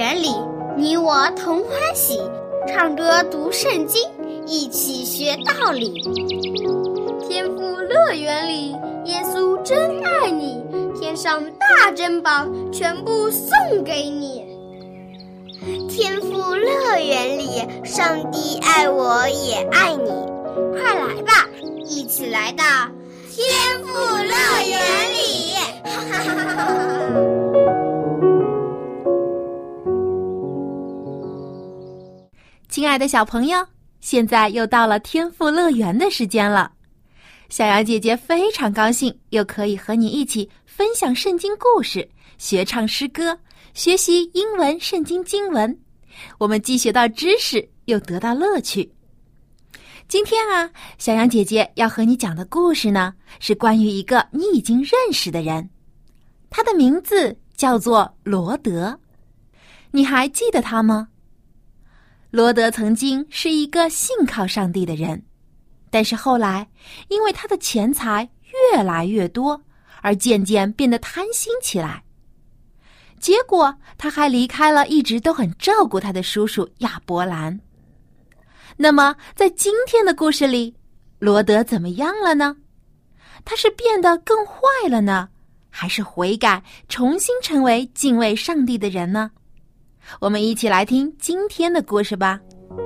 园里，你我同欢喜，唱歌读圣经，一起学道理。天父乐园里，耶稣真爱你，天上大珍宝全部送给你。天父乐园里，上帝爱我也爱你，快来吧，一起来到天父乐园里。 亲爱的小朋友，现在又到了天父乐园的时间了。小羊姐姐非常高兴，又可以和你一起分享圣经故事，学唱诗歌，学习英文圣经经文。我们既学到知识，又得到乐趣。今天啊，小羊姐姐要和你讲的故事呢，是关于一个你已经认识的人，他的名字叫做罗德。你还记得他吗？罗德曾经是一个信靠上帝的人，但是后来因为他的钱财越来越多，而渐渐变得贪心起来。结果他还离开了一直都很照顾他的叔叔亚伯兰。那么在今天的故事里，罗德怎么样了呢？他是变得更坏了呢，还是悔改，重新成为敬畏上帝的人呢？我们一起来听今天的故事吧。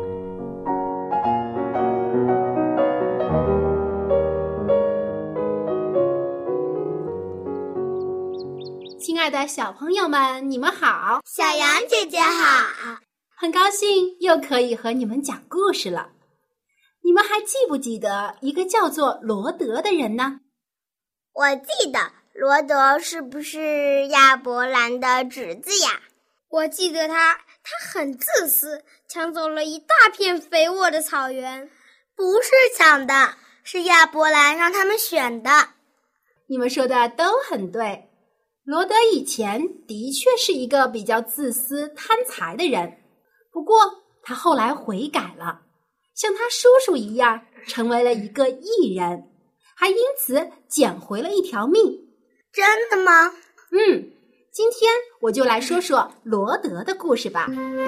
亲爱的小朋友们，你们好， 小羊姐姐好， 很高兴又可以和你们讲故事了。你们还记不记得一个叫做罗德的人呢？ 我记得，罗德是不是亚伯兰的侄子呀？我记得他很自私，抢走了一大片肥沃的草原。不是抢的，是亚伯兰让他们选的。 你们说的都很对。罗德以前的确是一个比较自私贪财的人，不过他后来悔改了，像他叔叔一样成为了一个义人，还因此捡回了一条命。 真的吗？ 今天我就来说说罗德的故事吧。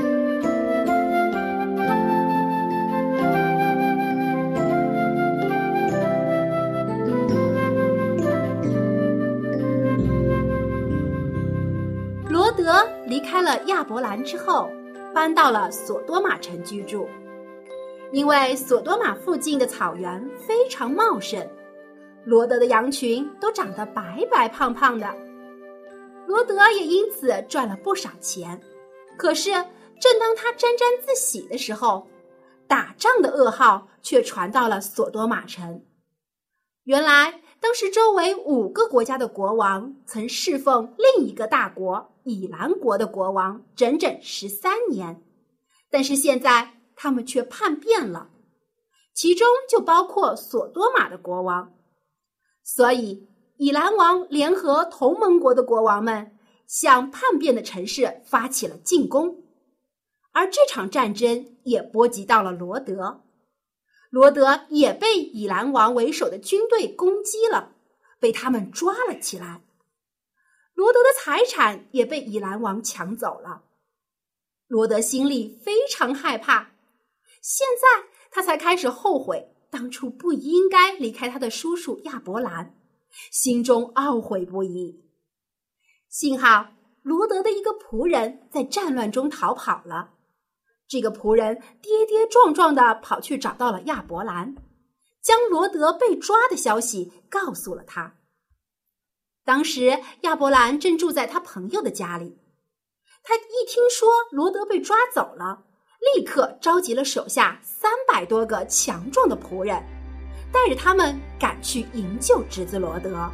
罗德离开了亚伯兰之后，搬到了索多玛城居住。因为索多玛附近的草原非常茂盛，罗德的羊群都长得白白胖胖的。罗德也因此赚了不少钱。可是正当他沾沾自喜的时候，打仗的噩耗却传到了索多玛城。原来当时周围5个国家的国王曾侍奉另一个大国以兰国的国王整整13年，但是现在他们却叛变了，其中就包括索多玛的国王。所以以兰王联合同盟国的国王们向叛变的城市发起了进攻，而这场战争也波及到了罗德。罗德也被以兰王为首的军队攻击了，被他们抓了起来。罗德的财产也被以兰王抢走了。罗德心里非常害怕，现在他才开始后悔当初不应该离开他的叔叔亚伯兰，心中懊悔不已。幸好罗德的一个仆人在战乱中逃跑了，这个仆人跌跌撞撞地跑去找到了亚伯兰，将罗德被抓的消息告诉了他。当时亚伯兰正住在他朋友的家里，他一听说罗德被抓走了，立刻召集了手下300多个强壮的仆人，带着他们赶去营救侄子罗德。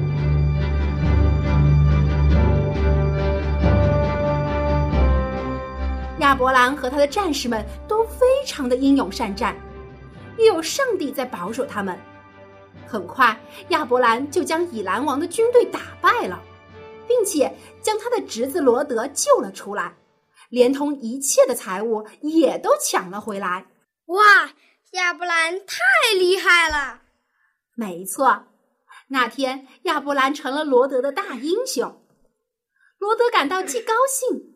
亚伯兰和他的战士们都非常的英勇善战，也有上帝在保守他们。很快亚伯兰就将以兰王的军队打败了，并且将他的侄子罗德救了出来，连同一切的财物也都抢了回来。 哇，亚伯兰太厉害了！ 没错，那天亚伯兰成了罗德的大英雄。罗德感到既高兴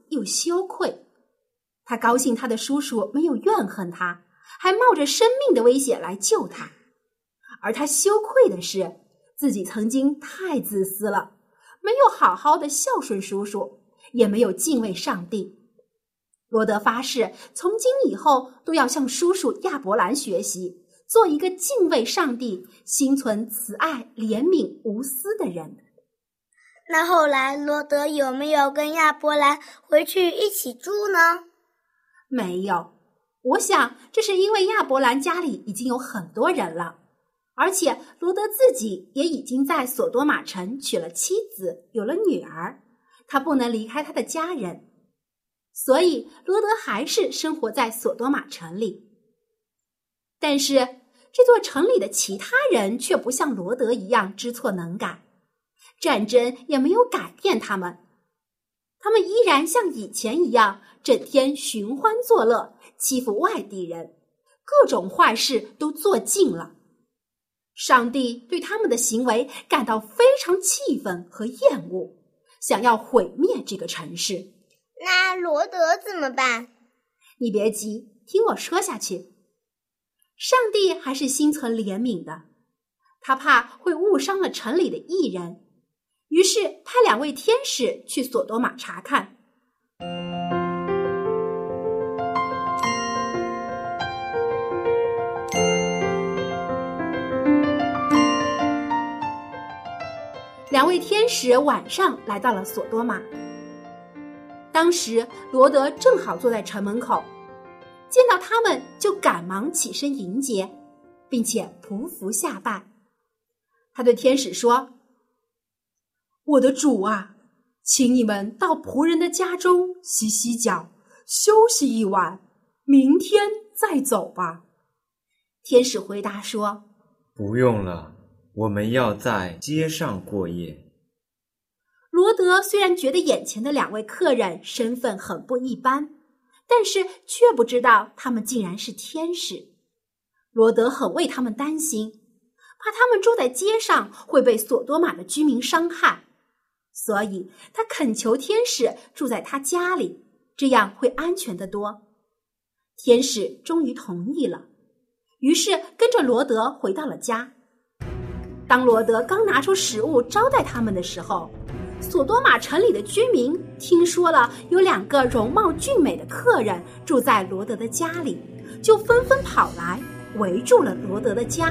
又羞愧。他高兴他的叔叔没有怨恨他，还冒着生命的危险来救他。而他羞愧的是，自己曾经太自私了，没有好好的孝顺叔叔，也没有敬畏上帝。罗德发誓，从今以后都要向叔叔亚伯兰学习，做一个敬畏上帝、心存慈爱、怜悯、无私的人。 那后来罗德有没有跟亚伯兰回去一起住呢？ 没有，我想这是因为亚伯兰家里已经有很多人了，而且罗德自己也已经在索多玛城娶了妻子，有了女儿，他不能离开他的家人，所以罗德还是生活在索多玛城里。但是这座城里的其他人却不像罗德一样知错能改，战争也没有改变他们，他们依然像以前一样，整天寻欢作乐，欺负外地人，各种坏事都做尽了。上帝对他们的行为感到非常气愤和厌恶，想要毁灭这个城市。 那罗德怎么办？ 你别急，听我说下去。上帝还是心存怜悯的，他怕会误伤了城里的义人，于是派2位天使去索多玛查看。2位天使晚上来到了索多玛。当时罗德正好坐在城门口，见到他们就赶忙起身迎接，并且匍匐下拜。他对天使说：我的主啊，请你们到仆人的家中洗洗脚，休息一晚，明天再走吧。天使回答说： 不用了，我们要在街上过夜。 罗德虽然觉得眼前的2位客人身份很不一般，但是却不知道他们竟然是天使。罗德很为他们担心，怕他们住在街上会被索多玛的居民伤害，所以他恳求天使住在他家里，这样会安全得多。天使终于同意了，于是跟着罗德回到了家。当罗德刚拿出食物招待他们的时候，索多玛城里的居民听说了有2个容貌俊美的客人住在罗德的家里，就纷纷跑来围住了罗德的家。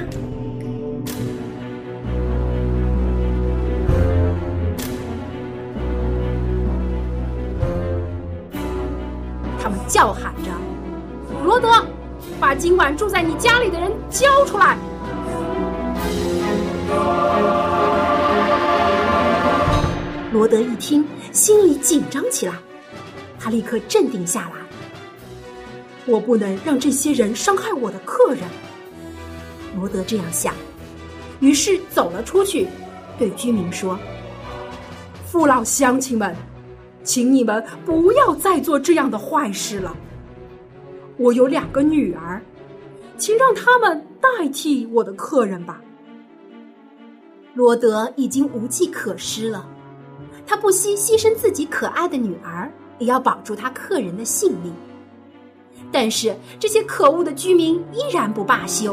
他们叫喊着：罗德，把今晚住在你家里的人交出来！罗德一听，心里紧张起来，他立刻镇定下来。我不能让这些人伤害我的客人，罗德这样想，于是走了出去，对居民说：父老乡亲们，请你们不要再做这样的坏事了。我有2个女儿，请让他们代替我的客人吧。罗德已经无计可施了，他不惜牺牲自己可爱的女儿，也要保住他客人的性命。但是这些可恶的居民依然不罢休，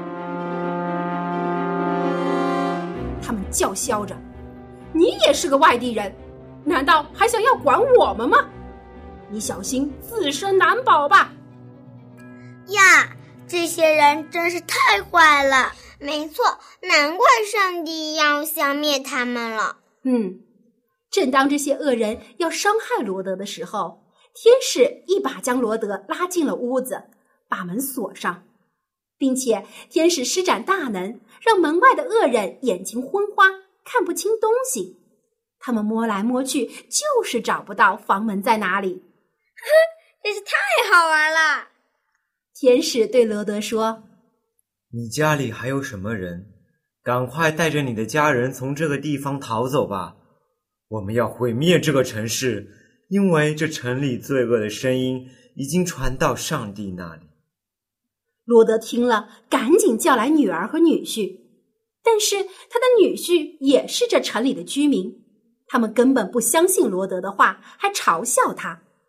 他们叫嚣着：你也是个外地人，难道还想要管我们吗？你小心自身难保吧！ 呀，这些人真是太坏了。没错，难怪上帝要消灭他们了。 正当这些恶人要伤害罗德的时候，天使一把将罗德拉进了屋子，把门锁上，并且天使施展大能，让门外的恶人眼睛昏花，看不清东西。他们摸来摸去，就是找不到房门在哪里。 真是太好玩了。 天使对罗德说： 你家里还有什么人？赶快带着你的家人从这个地方逃走吧。我们要毁灭这个城市，因为这城里罪恶的声音已经传到上帝那里。 罗德听了，赶紧叫来女儿和女婿，但是他的女婿也是这城里的居民，他们根本不相信罗德的话，还嘲笑他。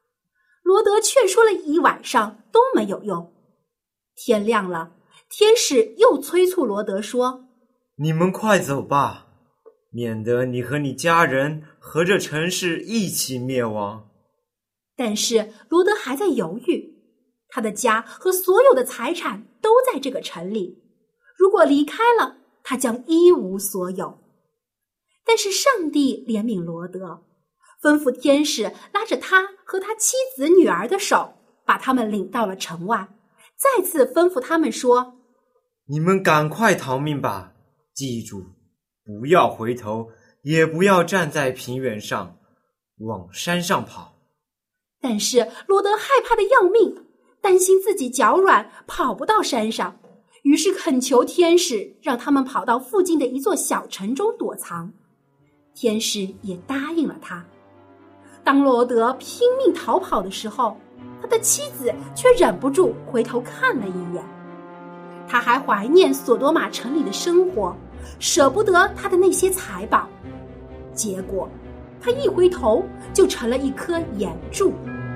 罗德劝说了一晚上都没有用。天亮了，天使又催促罗德说： 你们快走吧，免得你和你家人和这城市一起灭亡。 但是罗德还在犹豫，他的家和所有的财产都在这个城里，如果离开了，他将一无所有。但是上帝怜悯罗德，吩咐天使拉着他和他妻子女儿的手，把他们领到了城外，再次吩咐他们说： 你们赶快逃命吧，记住，不要回头，也不要站在平原上，往山上跑。 但是罗德害怕的要命，担心自己脚软跑不到山上，于是恳求天使让他们跑到附近的一座小城中躲藏。天使也答应了他。当罗德拼命逃跑的时候，他的妻子却忍不住回头看了一眼。他还怀念索多玛城里的生活，舍不得他的那些财宝。结果他一回头就成了一颗岩柱。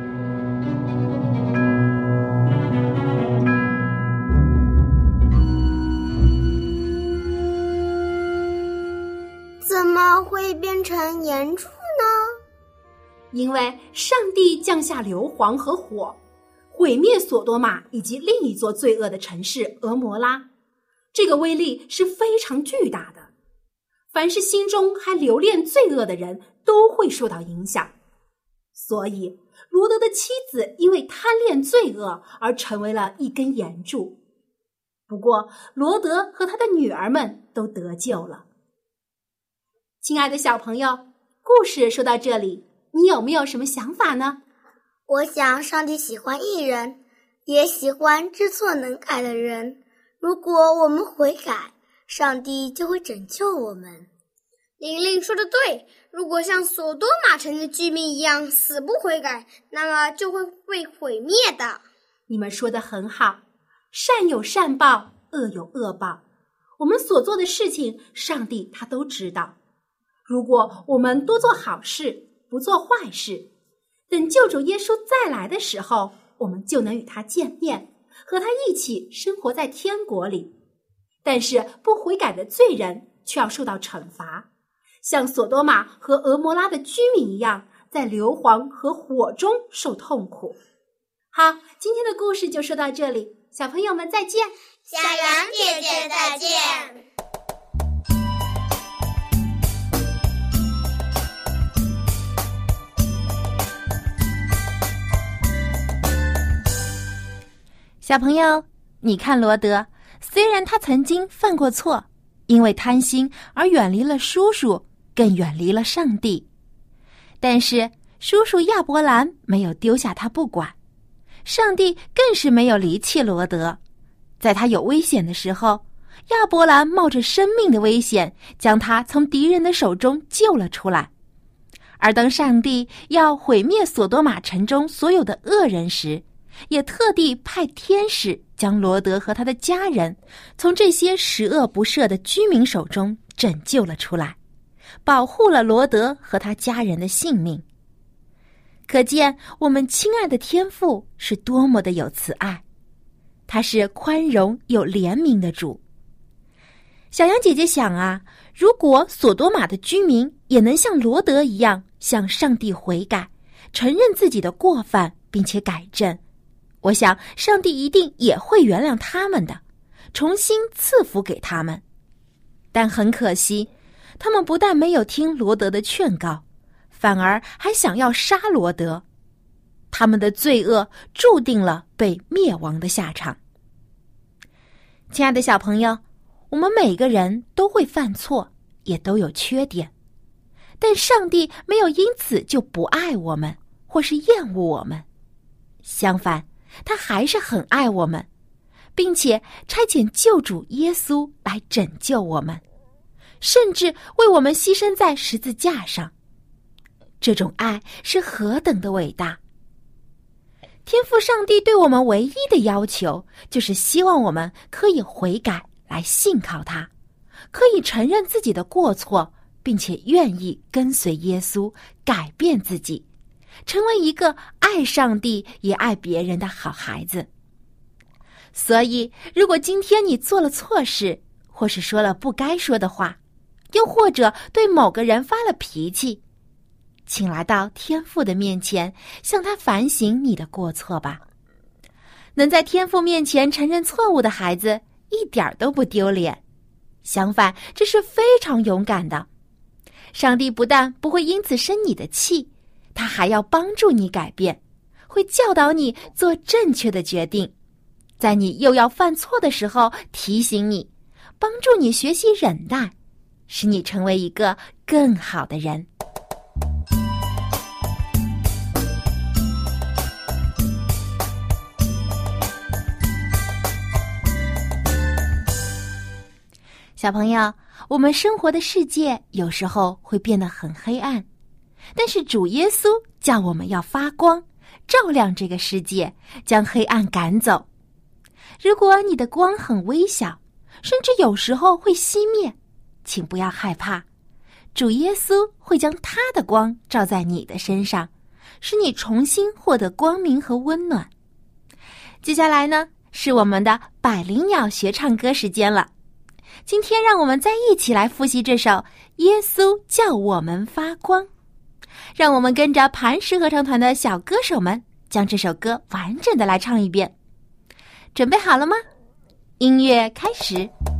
怎么会变成岩柱呢？ 因为上帝降下硫磺和火，毁灭索多玛以及另一座罪恶的城市俄摩拉。这个威力是非常巨大的，凡是心中还留恋罪恶的人都会受到影响。所以罗德的妻子因为贪恋罪恶而成为了一根岩柱。不过罗德和他的女儿们都得救了。亲爱的小朋友，故事说到这里，你有没有什么想法呢？ 我想上帝喜欢义人，也喜欢知错能改的人。如果我们悔改，上帝就会拯救我们。玲玲说的对，如果像索多玛城的居民一样死不悔改，那么就会被毁灭的。 你们说得很好，善有善报，恶有恶报。我们所做的事情，上帝他都知道。如果我们多做好事，不做坏事，等救主耶稣再来的时候，我们就能与他见面，和他一起生活在天国里。但是不悔改的罪人却要受到惩罚，像索多玛和俄摩拉的居民一样，在硫磺和火中受痛苦。好，今天的故事就说到这里，小朋友们再见。 小羊姐姐再见。 小朋友，你看罗德，虽然他曾经犯过错，因为贪心而远离了叔叔，更远离了上帝，但是叔叔亚伯兰没有丢下他不管，上帝更是没有离弃罗德。在他有危险的时候，亚伯兰冒着生命的危险，将他从敌人的手中救了出来。而当上帝要毁灭索多玛城中所有的恶人时，也特地派天使将罗德和他的家人从这些十恶不赦的居民手中拯救了出来，保护了罗德和他家人的性命。可见我们亲爱的天父是多么的有慈爱，他是宽容有怜悯的主。小羊姐姐想啊，如果索多玛的居民也能像罗德一样向上帝悔改，承认自己的过犯并且改正，我想上帝一定也会原谅他们的，重新赐福给他们。但很可惜，他们不但没有听罗德的劝告，反而还想要杀罗德。他们的罪恶注定了被灭亡的下场。亲爱的小朋友，我们每个人都会犯错，也都有缺点，但上帝没有因此就不爱我们，或是厌恶我们。相反，他还是很爱我们，并且差遣救主耶稣来拯救我们，甚至为我们牺牲在十字架上。这种爱是何等的伟大！天父上帝对我们唯一的要求，就是希望我们可以悔改，来信靠他，可以承认自己的过错，并且愿意跟随耶稣，改变自己， 成为一个爱上帝也爱别人的好孩子。所以，如果今天你做了错事，或是说了不该说的话，又或者对某个人发了脾气，请来到天父的面前，向他反省你的过错吧。能在天父面前承认错误的孩子，一点都不丢脸，相反，这是非常勇敢的。上帝不但不会因此生你的气，他还要帮助你改变，会教导你做正确的决定，在你又要犯错的时候提醒你，帮助你学习忍耐，使你成为一个更好的人。小朋友，我们生活的世界有时候会变得很黑暗，但是主耶稣叫我们要发光，照亮这个世界，将黑暗赶走。如果你的光很微小，甚至有时候会熄灭，请不要害怕，主耶稣会将他的光照在你的身上，使你重新获得光明和温暖。接下来呢，是我们的百灵鸟学唱歌时间了。今天让我们再一起来复习这首《耶稣叫我们发光》，让我们跟着磐石合唱团的小歌手们将这首歌完整的来唱一遍。准备好了吗？音乐开始。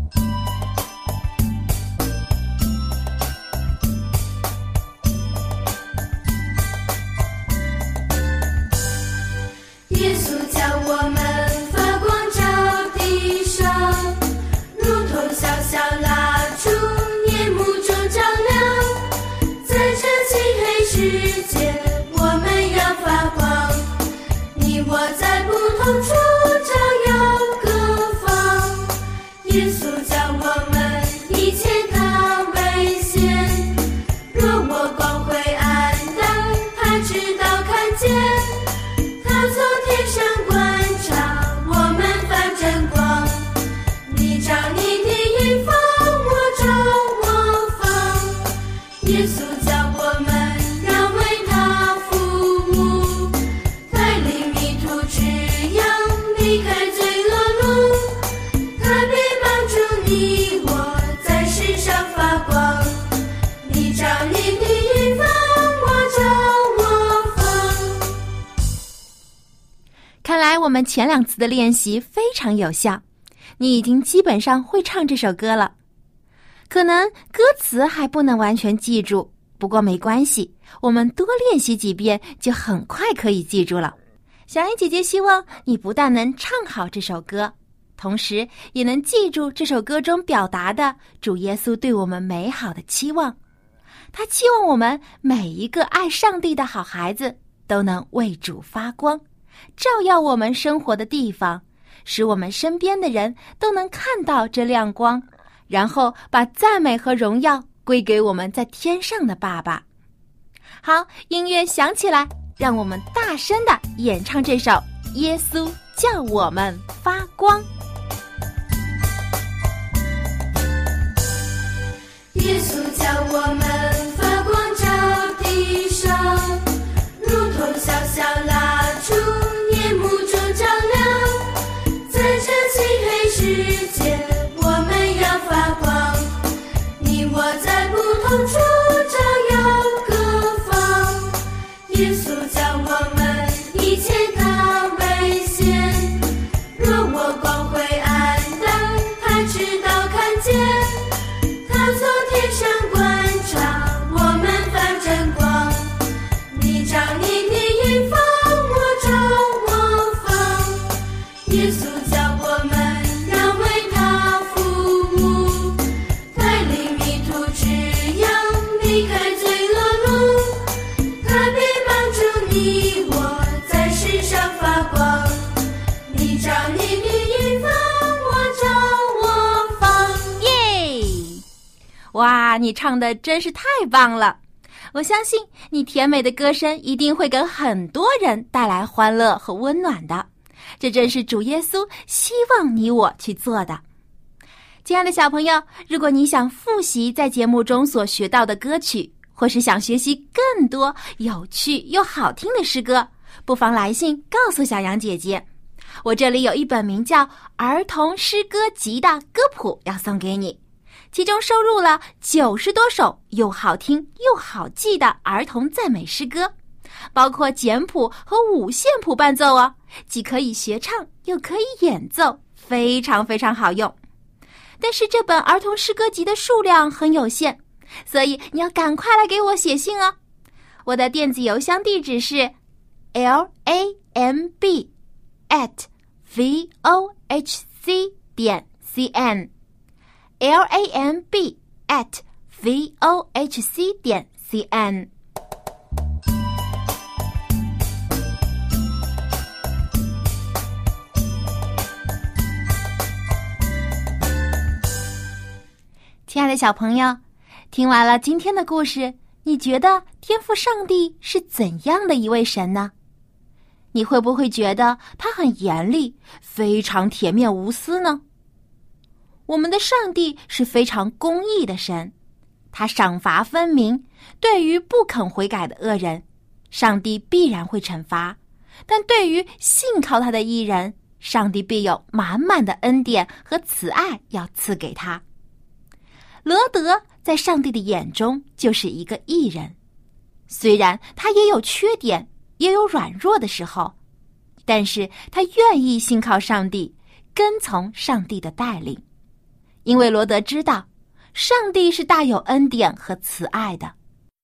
耶稣叫我们发光照地上，如同小小蜡烛，夜幕中照亮。在这漆黑世界，我们要发光。你我在不同处照耀各方。耶稣叫我们一切他危险。若我光辉暗淡，他知道看见。他从天上观察我们发真光。你照你的云放，我照我放。耶稣叫我们要为他服务，带领迷途之羊离开罪恶路。他必帮助你我在世上发光。你照你的云放，我照我放。 看来我们前两次的练习非常有效，你已经基本上会唱这首歌了。可能歌词还不能完全记住，不过没关系，我们多练习几遍就很快可以记住了。小恩姐姐希望你不但能唱好这首歌，同时也能记住这首歌中表达的主耶稣对我们美好的期望。他期望我们每一个爱上帝的好孩子都能为主发光，照耀我们生活的地方，使我们身边的人都能看到这亮光，然后把赞美和荣耀归给我们在天上的爸爸。好，音乐响起来，让我们大声地演唱这首《耶稣叫我们发光》。 耶稣叫我们发光照地上，如同小小蜡烛，夜幕中照亮。在这漆黑世界，我们要发光。你我在不同处照耀各方。耶稣叫我们一切他危险。若我光辉暗淡，他知道看见。他从天上观察我们发真光。你照你的云放，我照我放。耶稣叫我们要为他服务，带领迷途之羊离开罪恶路。他必帮助你我在世上发光。你照你的云放，我照我放。 耶！哇，你唱的真是太棒了！我相信你甜美的歌声一定会给很多人带来欢乐和温暖的，这正是主耶稣希望你我去做的。亲爱的小朋友，如果你想复习在节目中所学到的歌曲， 或是想学习更多有趣又好听的诗歌，不妨来信告诉小羊姐姐。我这里有一本名叫《儿童诗歌集》的歌谱要送给你，其中收录了90多首又好听又好记的儿童赞美诗歌，包括简谱和五线谱伴奏哦，既可以学唱又可以演奏，非常非常好用。但是这本儿童诗歌集的数量很有限，所以你要赶快来给我写信哦。我的电子邮箱地址是 lamb@vohc.cn lamb@vohc.cn。亲爱的小朋友，听完了今天的故事，你觉得天父上帝是怎样的一位神呢？你会不会觉得他很严厉，非常铁面无私呢？我们的上帝是非常公义的神，他赏罚分明，对于不肯悔改的恶人，上帝必然会惩罚，但对于信靠他的义人，上帝必有满满的恩典和慈爱要赐给他。罗德在上帝的眼中就是一个义人，虽然他也有缺点，也有软弱的时候，但是他愿意信靠上帝，跟从上帝的带领，因为罗德知道上帝是大有恩典和慈爱的。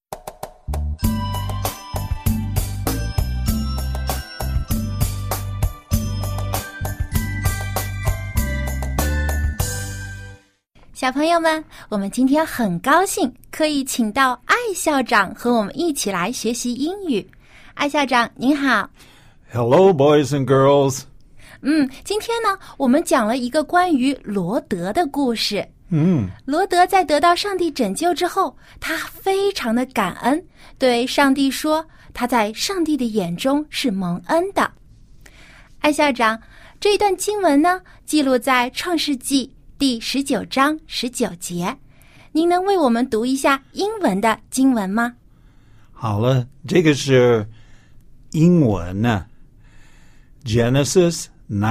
小朋友们，我们今天很高兴可以请到艾校长和我们一起来学习英语。艾校长您好。 Hello, boys and girls. 今天呢，我们讲了一个关于罗德的故事。罗德在得到上帝拯救之后，他非常的感恩，对上帝说他在上帝的眼中是蒙恩的。艾校长，这一段经文呢，记录在创世纪第19章19节，您能为我们读一下英文的经文吗？ 好了，这个是英文呢。Genesis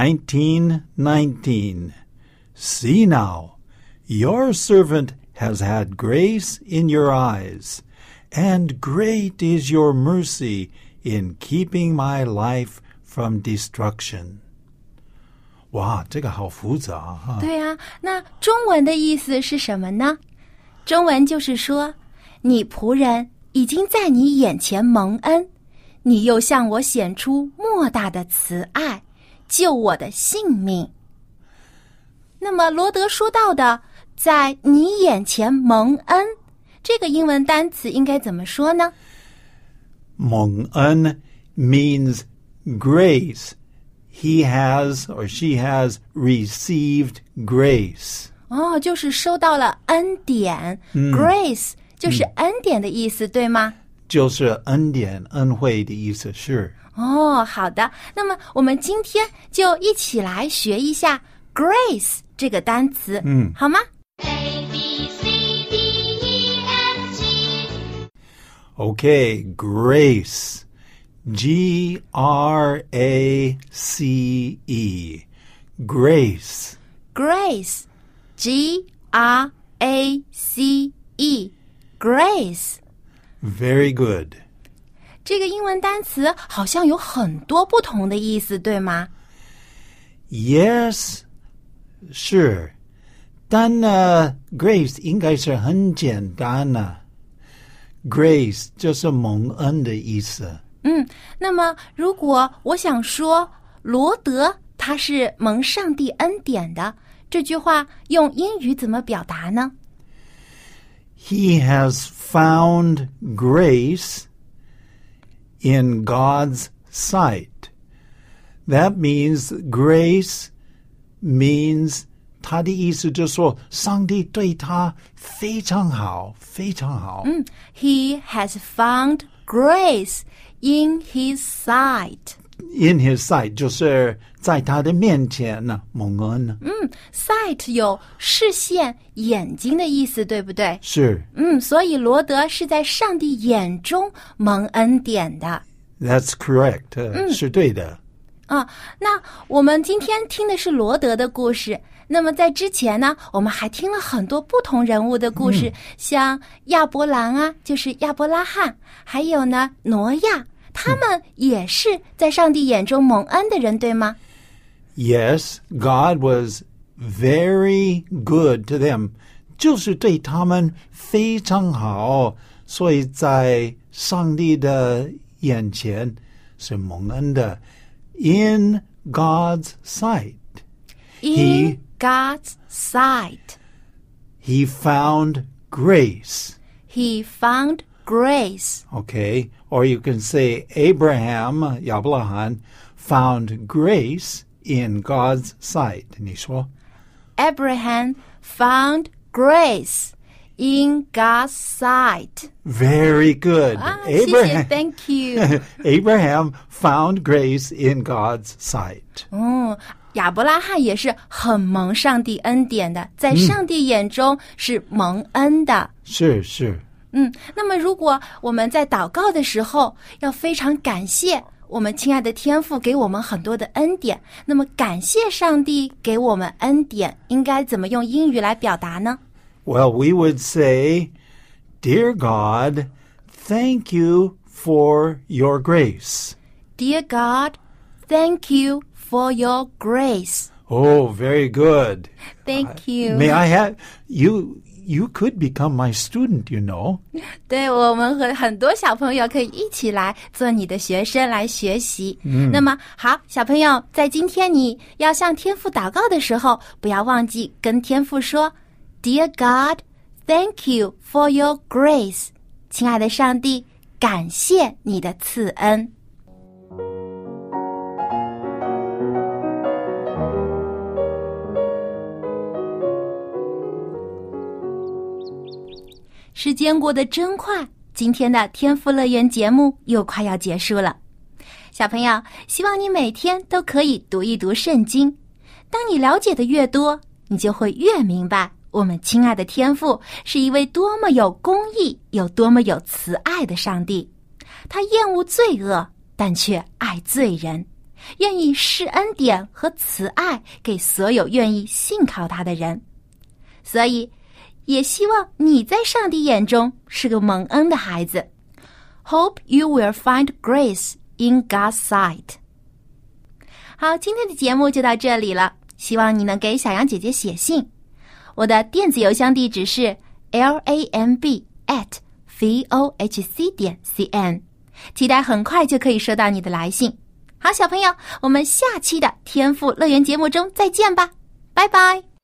19:19. See now, your servant has had grace in your eyes, and great is your mercy in keeping my life from destruction. 哇，这个好复杂哈。 对啊，那中文的意思是什么呢？中文就是说，你仆人已经在你眼前蒙恩，你又向我显出莫大的慈爱，救我的性命。那么罗德说到的在你眼前蒙恩，这个英文单词应该怎么说呢？ 蒙恩 means grace. He has or she has received grace. 就是收到了恩典。Grace 就是恩典的意思，对吗？ 就是恩典、恩惠的意思，是。 好的。那么我们今天就一起来学一下 grace 这个单词，好吗？ A B C D E F G Okay, grace. G-R-A-C-E. Grace. Grace. G-R-A-C-E. Grace. Very good. 这个英文单词好像有很多不同的意思，对吗？ Yes, 是。但呢 grace 应该是很简单呢。grace 就是蒙恩的意思。 那么如果我想说罗德他是蒙上帝恩典的，这句话用英语怎么表达呢？ He has found grace in God's sight. That means grace means 他的意思就是说上帝对他非常好，非常好。 He has found grace in his sight. in his sight 就是在他的面前呢，蒙恩。 sight 有视线、眼睛的意思，对不对？ 是。 所以罗德是在上帝眼中蒙恩典的。 That's correct，是对的。 那我们今天听的是罗德的故事。那么在之前呢，我们还听了很多不同人物的故事，像亚伯兰啊，就是亚伯拉罕，还有呢挪亚，他们也是在上帝眼中蒙恩的人，对吗？ Yes, God was very good to them， 就是对他们非常好，所以在上帝的眼前是蒙恩的。In God's sight，In God's sight, He found grace. He found grace. Okay, or you can say Abraham, 亚伯拉罕 found grace in God's sight. 你说 Abraham found grace in God's sight. Very good. 谢谢 Thank you. Abraham found grace in God's sight. 亚伯拉罕也是很蒙上帝恩典的，在上帝眼中是蒙恩的。 是。 那么如果我们在祷告的时候要非常感谢我们亲爱的天父给我们很多的恩典，那么感谢上帝给我们恩典应该怎么用英语来表达呢？ Well, we would say, Dear God, thank you for your grace. Dear God, thank you for your grace. Oh, very good. Thank you. May I have you could become my student, you know. 对，我们和很多小朋友可以一起来做你的学生来学习。那么好，小朋友，在今天你要向天父祷告的时候，不要忘记跟天父说 Dear God, thank you for your grace. 亲爱的上帝，感谢你的赐恩。时间过得真快，今天的天父乐园节目又快要结束了。小朋友，希望你每天都可以读一读圣经。当你了解的越多，你就会越明白我们亲爱的天父是一位多么有公义、有多么有慈爱的上帝。他厌恶罪恶，但却爱罪人，愿意施恩典和慈爱给所有愿意信靠他的人。所以也希望你在上帝眼中是个蒙恩的孩子。Hope you will find grace in God's sight. 好，今天的节目就到这里了，希望你能给小羊姐姐写信。我的电子邮箱地址是 lamb@vohc.cn， 期待很快就可以收到你的来信。好，小朋友，我们下期的天父乐园节目中再见吧，拜拜。